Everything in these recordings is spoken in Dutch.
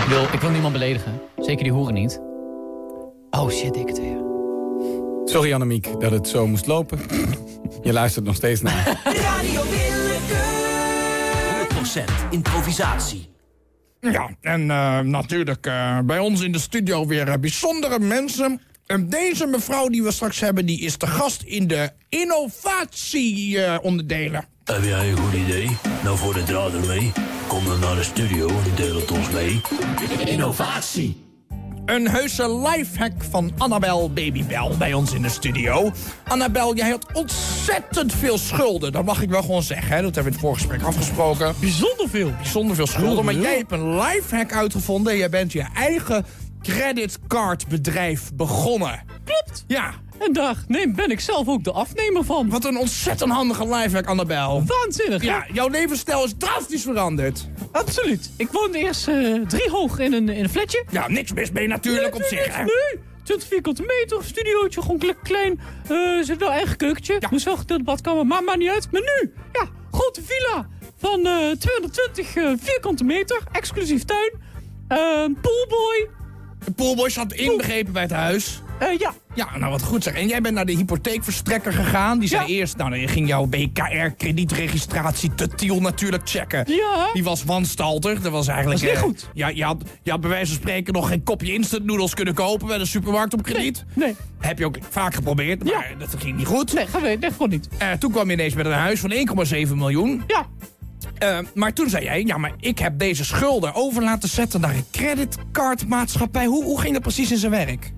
Ik wil niemand beledigen. Zeker die hoeren niet. Oh shit, ik het weer. Sorry Annemiek dat het zo moest lopen. Je luistert nog steeds naar. Radio Willekeur. 100% improvisatie. Ja, en natuurlijk bij ons in de studio weer bijzondere mensen. En deze mevrouw die we straks hebben, die is de gast in de innovatie-onderdelen. Heb jij een goed idee? Nou, voor de draad ermee. Kom dan naar de studio en deel het ons mee. Innovatie. Een heuse lifehack van Annabel Babybel bij ons in de studio. Annabel, jij had ontzettend veel schulden. Dat mag ik wel gewoon zeggen, hè? Dat hebben we in het voorgesprek afgesproken. Bijzonder veel. Bijzonder veel schulden, maar jij hebt een lifehack uitgevonden. Jij bent je eigen creditcardbedrijf begonnen. Klopt. Ja. En daar ben ik zelf ook de afnemer van. Wat een ontzettend handige lifehack, Annabel. Waanzinnig, hè? Ja, jouw levensstijl is drastisch veranderd. Absoluut. Ik woonde eerst 3 hoog in een flatje. Ja, niks mis mee natuurlijk op zich, hè? Nee, 20 vierkante meter, studiootje, gewoon klein. Zit wel eigen keukentje. Ja. Moest wel gedeelde badkamer, maar maakt niet uit. Maar nu, ja, grote villa van 220 vierkante meter, exclusief tuin. Poolboy. De poolboy zat inbegrepen bij het huis. Ja. Ja, nou wat goed zeg. En jij bent naar de hypotheekverstrekker gegaan. Die zei eerst, nou dan ging jouw BKR-kredietregistratie te Tiel natuurlijk checken. Ja. Die was wanstaltig. Dat was eigenlijk... Dat is niet goed. Ja, je had bij wijze van spreken nog geen kopje instant noodles kunnen kopen bij de supermarkt op krediet. Nee. Heb je ook vaak geprobeerd, maar dat ging niet goed. Nee, gewoon niet. Toen kwam je ineens met een huis van 1,7 miljoen. Ja. Maar toen zei jij, ja, maar ik heb deze schulden over laten zetten naar een creditcardmaatschappij. Hoe ging dat precies in zijn werk?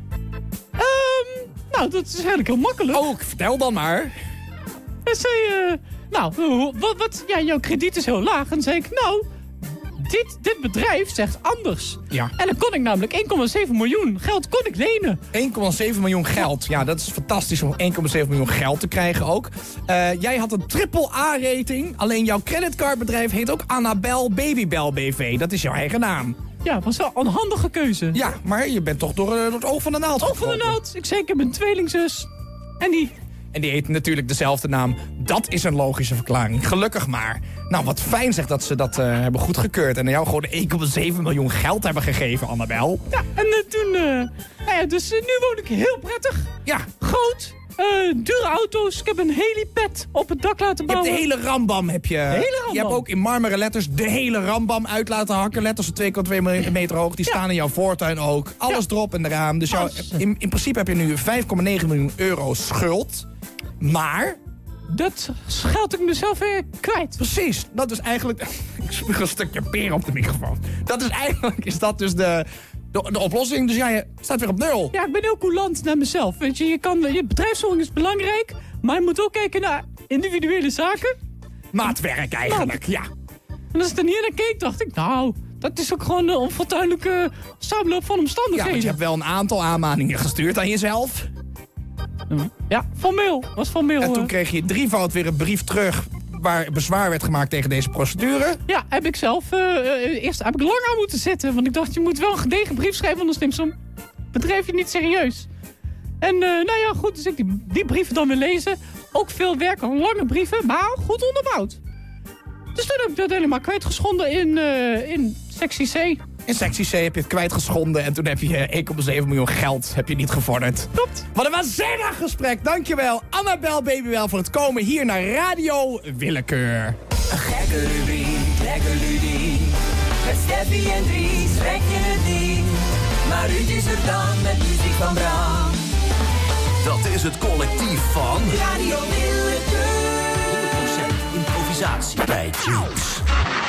Nou, dat is eigenlijk heel makkelijk. Oh, vertel dan maar. En zei, jouw krediet is heel laag. En zei ik, nou, dit bedrijf zegt anders. Ja. En dan kon ik namelijk 1,7 miljoen geld kon ik lenen. 1,7 miljoen geld. Ja, dat is fantastisch om 1,7 miljoen geld te krijgen ook. Jij had een AAA-rating. Alleen jouw creditcardbedrijf heet ook Annabel Babybel BV. Dat is jouw eigen naam. Ja, dat was wel een handige keuze. Ja, maar je bent toch door het oog van de naald Oog van de naald. Ik zei, ik heb een tweelingzus. En die heet natuurlijk dezelfde naam. Dat is een logische verklaring. Gelukkig maar. Nou, wat fijn zeg dat ze dat hebben goedgekeurd. En jou gewoon 1,7 miljoen geld hebben gegeven, Annabel. Ja, en toen... dus nu woon ik heel prettig. Ja. Groot. Dure auto's. Ik heb een helipad op het dak laten Je hebt bouwen. de hele rambam. De hele rambam. Je hebt ook in marmeren letters de hele rambam uit laten hakken. Letters van 2,2 meter hoog. Die staan in jouw voortuin ook. Alles erop en eraan. Dus in principe heb je nu 5,9 miljoen euro schuld. Maar... dat scheld ik mezelf weer kwijt. Precies. Dat is eigenlijk... Ik spuug een stukje peer op de microfoon. Dat is eigenlijk... Is dat dus de oplossing. Dus je staat weer op 0. Ja, ik ben heel coulant naar mezelf. Weet je, je bedrijfsvoering is belangrijk. Maar je moet ook kijken naar individuele zaken. Maatwerk eigenlijk, ja. En als ik dan hier naar keek, dacht ik... nou, dat is ook gewoon een onfortuinlijke samenloop van Ja, omstandigheden. want je hebt wel een aantal aanmaningen gestuurd aan jezelf. Ja, formeel. Was formeel. En toen kreeg je drievoud weer een brief terug... waar bezwaar werd gemaakt tegen deze procedure. Ja, heb ik zelf. Eerst heb ik lang aan moeten zitten. Want ik dacht, je moet wel een gedegen brief schrijven... anders neemt zo'n bedrijfje niet serieus. En nou ja, goed. Dus ik die brieven dan weer lezen. Ook veel werk, lange brieven, maar goed onderbouwd. Dus toen heb ik dat helemaal kwijtgeschonden in sectie C. In sectie C heb je het kwijtgeschonden... en toen heb je 1,7 miljoen geld heb je niet gevorderd. Klopt. Wat een waanzinnig gesprek. Dankjewel, Annabel Babybel, voor het komen hier naar Radio Willekeur. Gekke rubriek, lekker ludiek. Met Steffi en Dries trek je het niet. Maar Ruud is er dan met muziek van Bram. Dat is het collectief van Radio Willekeur. 100% improvisatie bij Juice.